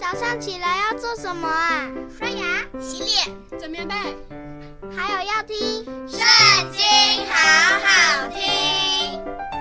早上起来要做什么啊？ 刷牙、洗脸、 整棉被， 还有要听《 圣经》，好好听。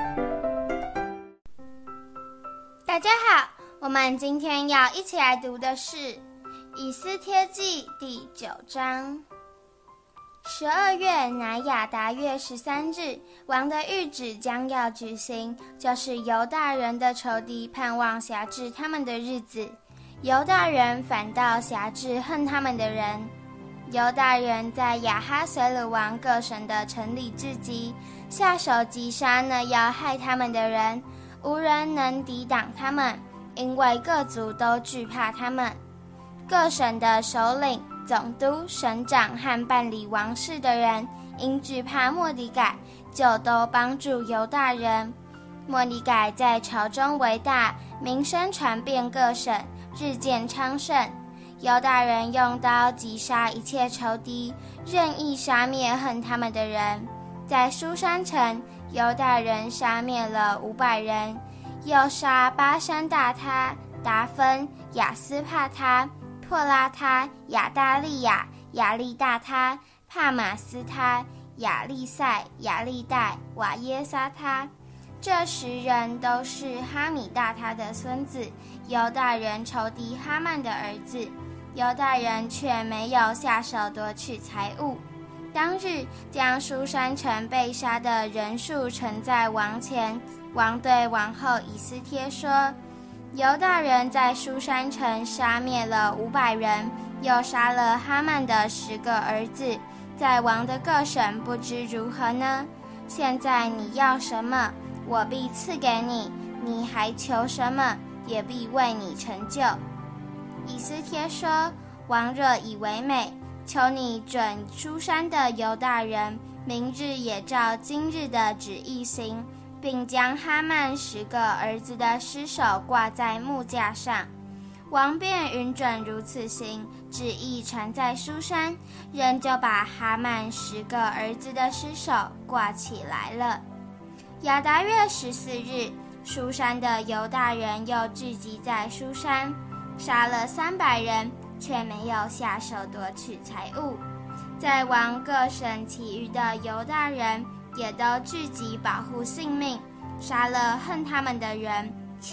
大家好，我们今天要一起来读的是《以斯帖记》第9章。12月乃亚达月13日，王的谕旨将要举行，就是犹大人的仇敌盼望辖制他们的日子，犹大人反倒辖制恨他们的人。犹大人在亚哈随鲁王各省的城里聚集，下手击杀那要害他们的人，无人能抵挡他们，因为各族都惧怕他们。各省的首领、总督、省长和办理王事的人，因惧怕末底改，就都帮助犹大人。末底改在朝中为大，名声传遍各省，日渐昌盛。犹大人用刀击杀一切仇敌，任意杀灭恨他们的人。在书珊城，犹大人杀灭了500人，又杀巴山大他、达芬、亚斯帕他、珀拉他、亚大利亚、亚利大他、帕马斯他、亚利赛、亚利代、瓦耶撒他。这10人都是哈米大他的孙子，犹大人仇敌哈曼的儿子。犹大人却没有下手夺取财物。当日将书珊城被杀的人数呈在王前，王对王后以斯帖说：犹大人在书珊城杀灭了500人，又杀了哈曼的10个儿子，在王的各省不知如何呢？现在你要什么，我必赐给你；你还求什么，也必为你成就。以斯帖说：王若以为美，求你准书珊的犹大人明日也照今日的旨意行，并将哈曼10个儿子的尸首挂在木架上。王便允准如此行，旨意传在书珊，人就把哈曼10个儿子的尸首挂起来了。亚达月14日，书珊的犹大人又聚集在书珊，杀了300人，却没有下手夺取财物。在王各省其余的犹大人也都聚集保护性命，杀了恨他们的人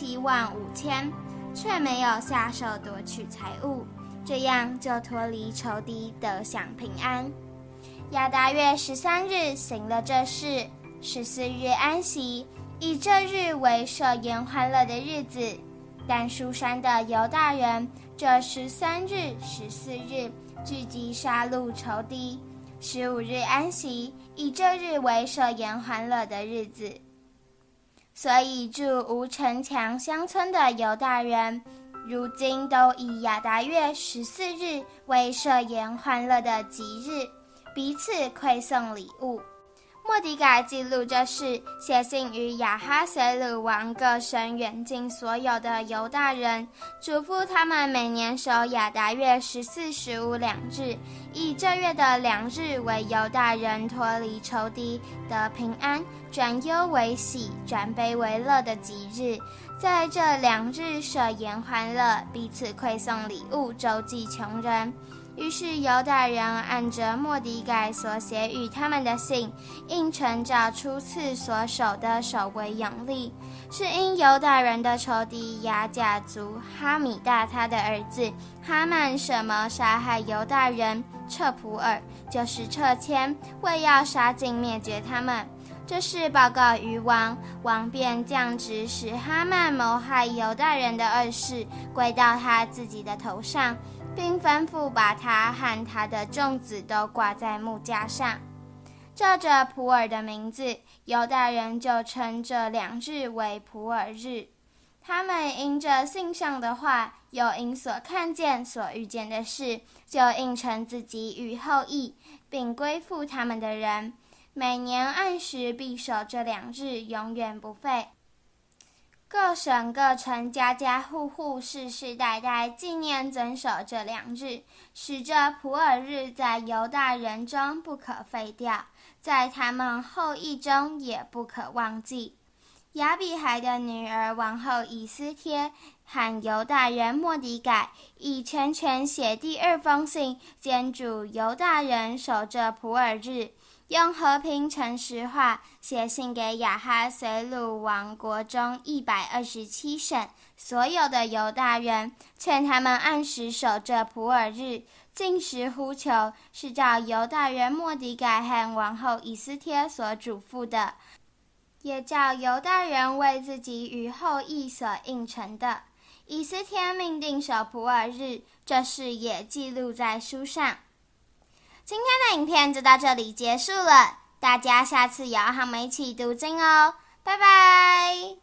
75000，却没有下手夺取财物，这样就脱离仇敌，得享平安。亚达月13日行了这事，14日安息，以这日为设宴欢乐的日子。但书珊的犹大人这13日、14日聚集杀戮仇敌，15日安息，以这日为设宴欢乐的日子。所以住无城墙乡村的犹大人，如今都以亚达月14日为设宴欢乐的吉日，彼此馈送礼物。末底改记录这事，写信于亚哈随鲁王各省远近所有的犹大人，嘱咐他们每年守亚达月14、15两日，以这月的2日为犹大人脱离仇敌，得平安，转忧为喜，转悲为乐的吉日。在这2日设宴欢乐，彼此馈送礼物，周济穷人。于是犹大人按着末底改所写与他们的信，应承照初次所守的守为永立，是因犹大人的仇敌亚甲族哈米大他的儿子哈曼设谋杀害犹大人彻普尔，就是撤迁，为要杀尽灭绝他们。这事报告于王，王便降旨，使哈曼谋害犹大人的恶事归到他自己的头上，并吩咐把他和他的众子都挂在木架上。照着普尔的名字，犹大人就称这2日为普尔日。他们因着信上的话，又因所看见、所遇见的事，就应承自己与后裔，并归附他们的人。每年按时必守这2日，永远不废。各省各城家家户户世世代代纪念遵守这2日，使这普尔日在犹大人中不可废掉，在他们后裔中也不可忘记。 亚比海的女儿王后以斯帖和犹大人末底改以全权写第2封信，监主犹大人守着普尔日，用和平诚实话写信给亚哈随鲁王国中127省所有的犹大人，劝他们按时守着普尔日，禁食呼求，是照犹大人末底改和王后以斯帖所嘱咐的，也照犹大人为自己与后裔所应承的。以斯帖命定守普尔日，这事也记录在书上。今天的影片就到这里结束了，大家下次也要和我们一起读经哦，拜拜。